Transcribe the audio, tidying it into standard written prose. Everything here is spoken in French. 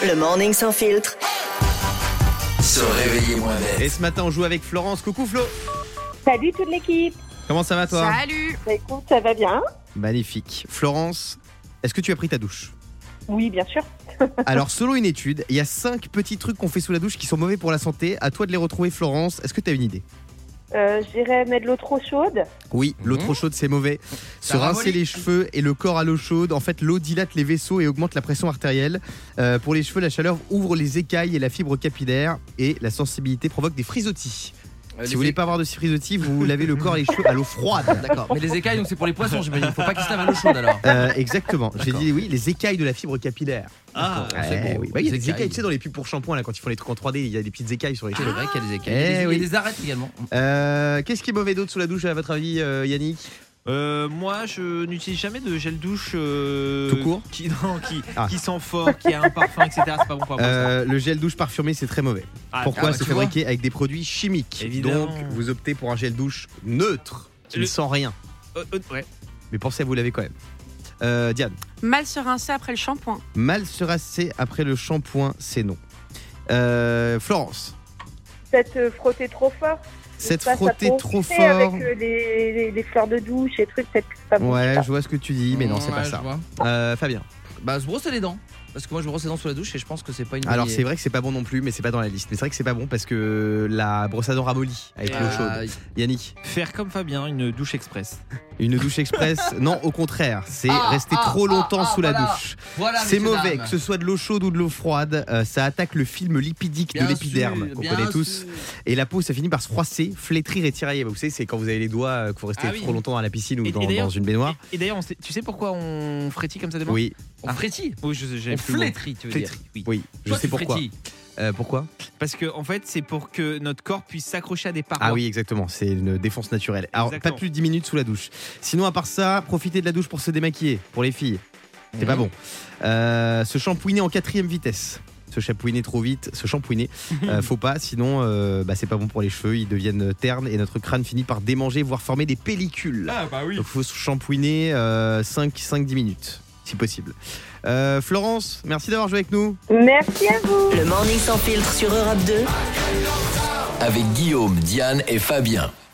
Le morning sans filtre. Se réveiller moins bête. Et ce matin, on joue avec Florence. Coucou Flo. Salut toute l'équipe. Comment ça va toi ? Salut. Bah, écoute, ça va bien? Magnifique. Florence, est-ce que tu as pris ta douche ? Oui, bien sûr. Alors, selon une étude, il y a 5 petits trucs qu'on fait sous la douche qui sont mauvais pour la santé. À toi de les retrouver, Florence. Est-ce que tu as une idée ? Je dirais mettre de l'eau trop chaude. Oui, l'eau trop chaude, c'est mauvais. Se rincer les cheveux et le corps à l'eau chaude. En fait, l'eau dilate les vaisseaux et augmente la pression artérielle. Pour les cheveux, la chaleur ouvre les écailles et la fibre capillaire. Et la sensibilité provoque des frisottis. Si vous voulez pas avoir de frisottis, vous lavez le corps et les cheveux à l'eau froide. D'accord, mais les écailles, donc c'est pour les poissons, j'imagine. Faut pas qu'ils se lavent à l'eau chaude alors. Exactement. J'ai dit oui, les écailles de la fibre capillaire. Ah, c'est bon. Oui. Bah, il y a des écailles, tu sais, dans les pubs pour shampoing, là, quand ils font les trucs en 3D, il y a des petites écailles sur les C'est cheveux. vrai qu'il y a des écailles. Il y a des arêtes également. Qu'est-ce qui est mauvais d'autre sous la douche, à votre avis, Yannick ? Moi, je n'utilise jamais de gel douche tout court qui sent fort, qui a un parfum, etc. C'est pas bon pour moi. Le gel douche parfumé, c'est très mauvais. Pourquoi ? C'est fabriqué avec des produits chimiques. Évidemment. Donc, vous optez pour un gel douche neutre, qui ne sent rien. Ouais. Mais pensez à vous laver quand même. Diane, Mal se rincer après le shampoing. mal se rasser après le shampoing, c'est non. Florence, Peut-être frotter trop fort. cette Ça frotter peut trop officier fort. avec les fleurs de douche et trucs, peut-être que c'est pas bon. Ouais, je vois ce que tu dis, mais non, c'est pas Ouais, ça. je vois. Fabien. Bah, se brosser les dents. Parce que moi, je me brosse les dents sous la douche et je pense que c'est pas une bonne Alors idée. c'est vrai que c'est pas bon non plus, mais c'est pas dans la liste. Mais c'est vrai que c'est pas bon parce que la brosse à dents ramollit avec l'eau chaude. Yannick, Faire comme Fabien, une douche express. une douche express. Non, au contraire, c'est rester trop longtemps sous la douche. Voilà, C'est messieurs, mauvais, dames. que ce soit de l'eau chaude ou de l'eau froide, ça attaque le film lipidique Bien de l'épiderme sûr, qu'on bien connaît tous. sûr. Et la peau, ça finit par se froisser, flétrir et tirailler. Vous savez, c'est quand vous avez les doigts, qu'il faut rester Ah oui. trop longtemps dans la piscine ou Et dans d'ailleurs- une baignoire. Et d'ailleurs, tu sais pourquoi on frétille comme ça des mains ? Oui, On frétille. Oui, j'ai On plus le mot. flétrit, tu veux dire. Oui. oui, je Toi, sais tu pourquoi. frétilles. Pourquoi ? Parce que en fait, c'est pour que notre corps puisse s'accrocher à des parois. Ah oui, exactement, c'est une défense naturelle. Alors, Exactement. pas plus de 10 minutes sous la douche. Sinon, à part ça, profitez de la douche pour se démaquiller, pour les filles. C'est pas bon. Se shampouiner en 4e vitesse. Se shampouiner trop vite, faut pas, sinon c'est pas bon pour les cheveux, ils deviennent ternes et notre crâne finit par démanger, voire former des pellicules. Ah bah oui. Donc faut se shampouiner 5-10 minutes, si possible. Florence, merci d'avoir joué avec nous. Merci à vous. Le morning sans filtre sur Europe 2. Avec Guillaume, Diane et Fabien.